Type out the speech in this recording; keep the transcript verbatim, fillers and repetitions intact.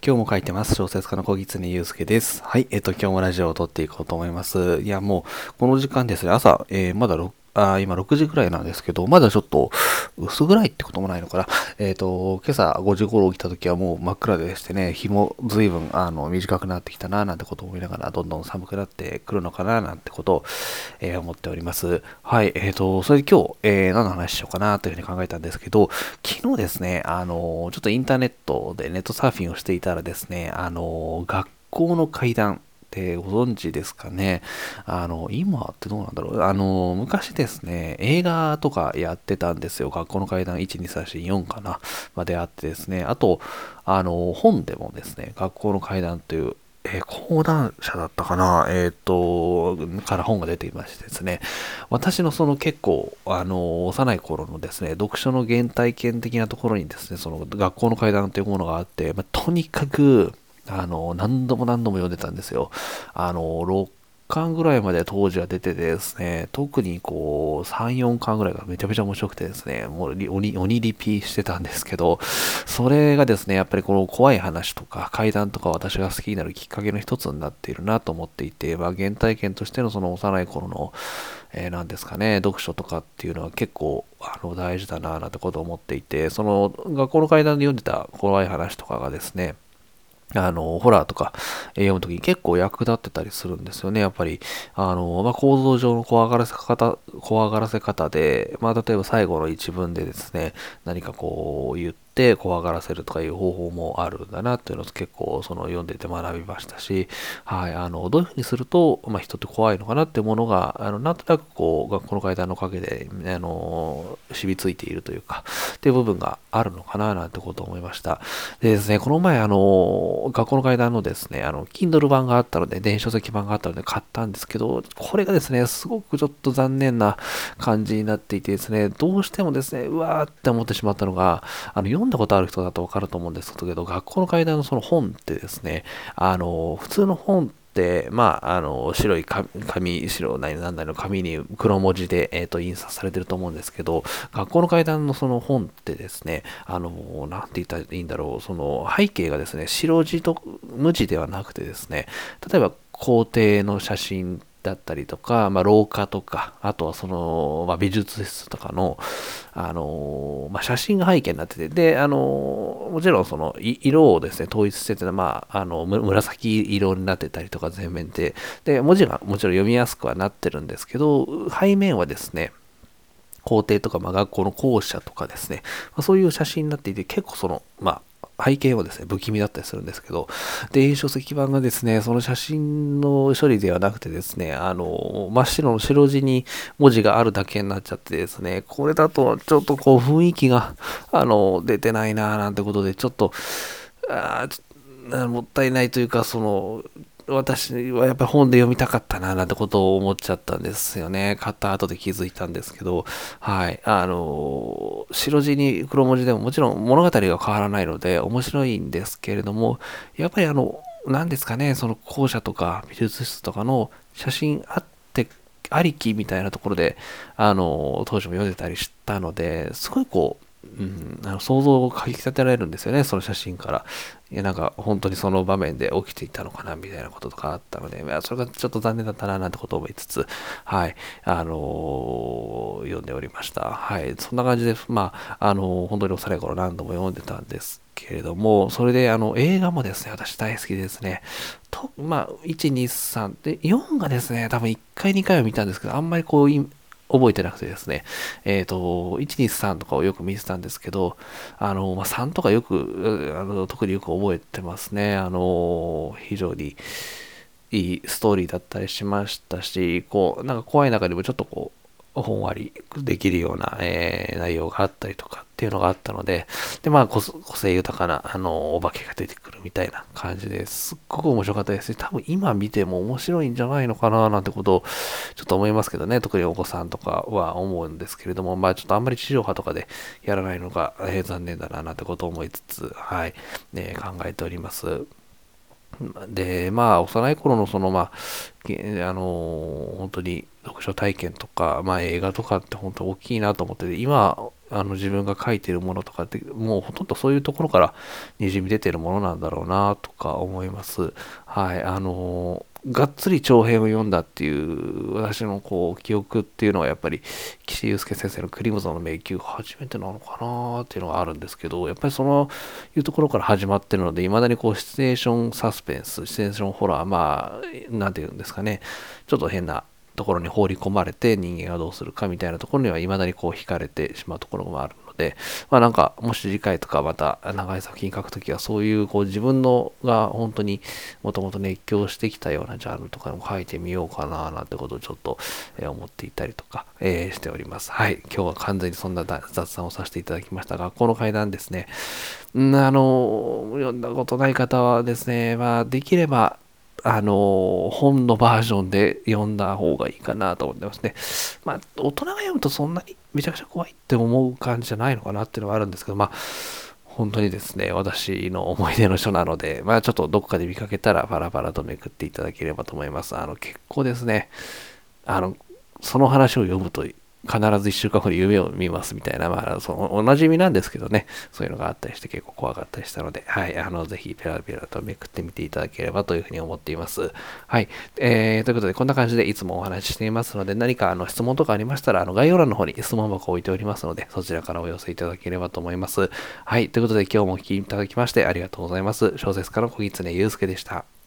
今日も書いてます。小説家の小狐祐介です。はい。えっと、今日もラジオを撮っていこうと思います。いや、もう、この時間ですね、朝、えーまだろあー今ろくじぐらいなんですけど、まだちょっと薄暗いってこともないのかな。えっと、今朝ごじ頃起きた時はもう真っ暗でしてね、日も随分あの短くなってきたななんてことを思いながら、どんどん寒くなってくるのかななんてことを、えー思っております。はい。えっと、それで今日、えー何の話しようかなというふうに考えたんですけど、昨日ですね、あの、ちょっとインターネットでネットサーフィンをしていたらですね、あの、学校の階段ってご存知ですかね。あの、今ってどうなんだろう。あの、昔ですね、映画とかやってたんですよ。学校の階段いち、に、さん、よん、よんかな、まであってですね。あと、あの、本でもですね、学校の階段という、えー講談社だったかな、えっ、と、から本が出ていましてですね、私のその結構、あの、幼い頃のですね、読書の原体験的なところにですね、その学校の階段というものがあって、まあ、とにかく、あの、何度も何度も読んでたんですよ。あの、ろっかんぐらいまで当時は出ててですね、特にこう、さん、よんかんぐらいがめちゃめちゃ面白くてですね、もうリ鬼、鬼リピしてたんですけど、それがですね、やっぱりこの怖い話とか怪談とか私が好きになるきっかけの一つになっているなと思っていて、まあ、原体験としてのその幼い頃の、えー、なんですかね、読書とかっていうのは結構あの大事だななんてことを思っていて、その学校の階段で読んでた怖い話とかがですね、あの、ホラーとか読むときに結構役立ってたりするんですよね。やっぱり、あの、まあ、構造上の怖がらせ方、怖がらせ方で、まあ、例えば最後の一文でですね、何かこう言って怖がらせるとかいう方法もあるんだなっていうのを結構その読んでて学びましたし、はい、あの、どういうふうにすると、まあ、人って怖いのかなっていうものが、あの、なんとなくこう、学校の階段のおかげで、あの、染みついているというか、っていう部分があるのかななんてことを思いました。でですね、この前、あの、学校の階段のですね、あの、Kindle 版があったので、電子書籍版があったので買ったんですけど、これがですね、すごくちょっと残念な感じになっていてですね、どうしてもですね、うわーって思ってしまったのが、あの、読んだことある人だとわかると思うんですけど、学校の階段のその本ってですね、あの、普通の本で、まあ、あの、白い紙、紙白ななんだろう、紙に黒文字で、えっと、印刷されてると思うんですけど、学校の階段のその本ってですね、あの、なんて言ったらいいんだろう、その背景がですね、白地と無地ではなくてですね、例えば校庭の写真だったりとか、まあ、廊下とか、あとはその、まあ、美術室とかの、あの、まあ、写真が背景になってて、で、あの、もちろんその、色をですね、統一してて、まあ、あの、紫色になってたりとか、全面で、で、文字がもちろん読みやすくはなってるんですけど、背面はですね、校庭とか、まあ、学校の校舎とかですね、まあ、そういう写真になっていて、結構その、まあ、背景はですね、不気味だったりするんですけど、電子書籍版がですね、その写真の処理ではなくてですね、あの、真っ白の白地に文字があるだけになっちゃってですね、これだとちょっとこう雰囲気が、あの、出てないなぁなんてことで、ちょっと、あーもったいないというか、その、私はやっぱり本で読みたかったななんてことを思っちゃったんですよね。買った後で気づいたんですけど、はい。あの、白地に黒文字でももちろん物語が変わらないので面白いんですけれども、やっぱりあの、何ですかね、その校舎とか美術室とかの写真あってありきみたいなところで、あの、当時も読んでたりしたので、すごいこう、うん、あの想像をかき立てられるんですよね、その写真から。いや、なんか本当にその場面で起きていたのかな、みたいなこととかあったので、いやそれがちょっと残念だったな、なんてことを思いつつ、はい、あのー読んでおりました。はい、そんな感じで、まあ、あのー本当に幼い頃何度も読んでたんですけれども、それで、あの、映画もですね、私大好きですね。と、まあ、いち、に、さん、で、よんがですね、多分いっかい、にかいは見たんですけど、あんまりこう、覚えてなくてですね、えっ、と、いち、に、さんとかをよく見てたんですけど、あの、まあ、さんとかよく、あの、特によく覚えてますね。あの、非常にいいストーリーだったりしましたし、こう、なんか怖い中でもちょっとこう、ほんわりできるような、えー内容があったりとかっていうのがあったので、で、まあ、個個性豊かな、あの、お化けが出てくるみたいな感じですっごく面白かったですし、多分今見ても面白いんじゃないのかななんてことをちょっと思いますけどね、特にお子さんとかは思うんですけれども、まあちょっとあんまり地上波とかでやらないのが、えー残念だななんてことを思いつつ、はい、ね、考えております。で、まあ、幼い頃のその、まあ、あの本当に読書体験とか、まあ、映画とかって本当大きいなと思ってて、今あの自分が書いてるものとかってもうほとんどそういうところからにじみ出てるものなんだろうなとか思います。はい。あのがっつり長編を読んだっていう私のこう記憶っていうのはやっぱり岸優介先生のクリムゾンの迷宮が初めてなのかなっていうのがあるんですけど、やっぱりそのいうところから始まってるので、未だにこうシチュエーションサスペンス、シチュエーションホラー、まあ、なんていうんですかね、ちょっと変なところに放り込まれて人間がどうするかみたいなところには未だにこう惹かれてしまうところもあるので、まあなんかもし次回とかまた長い作品書くときはそういうこう自分のが本当にもともと熱狂してきたようなジャンルとかも書いてみようかななんてことをちょっと、えー思っていたりとか、えーしております。はい。今日は完全にそんな雑談をさせていただきましたが、この階段ですね、んあの、読んだことない方はですね、まあできればあの、本のバージョンで読んだ方がいいかなと思ってますね。まあ、大人が読むとそんなにめちゃくちゃ怖いって思う感じじゃないのかなっていうのはあるんですけど、まあ、本当にですね、私の思い出の書なので、まあ、ちょっとどこかで見かけたらパラパラとめくっていただければと思います。あの、結構ですね、あの、その話を読むと必ずいっしゅうかんごに夢を見ますみたいな、まあ、そのおなじみなんですけどね、そういうのがあったりして結構怖かったりしたので、はい、あの、ぜひペラペラとめくってみていただければというふうに思っています。はい、えー、ということで、こんな感じでいつもお話ししていますので、何かあの質問とかありましたら、あの概要欄の方に質問箱を置いておりますので、そちらからお寄せいただければと思います。はい、ということで今日もお聞きいただきましてありがとうございます。小説家の小狐祐介でした。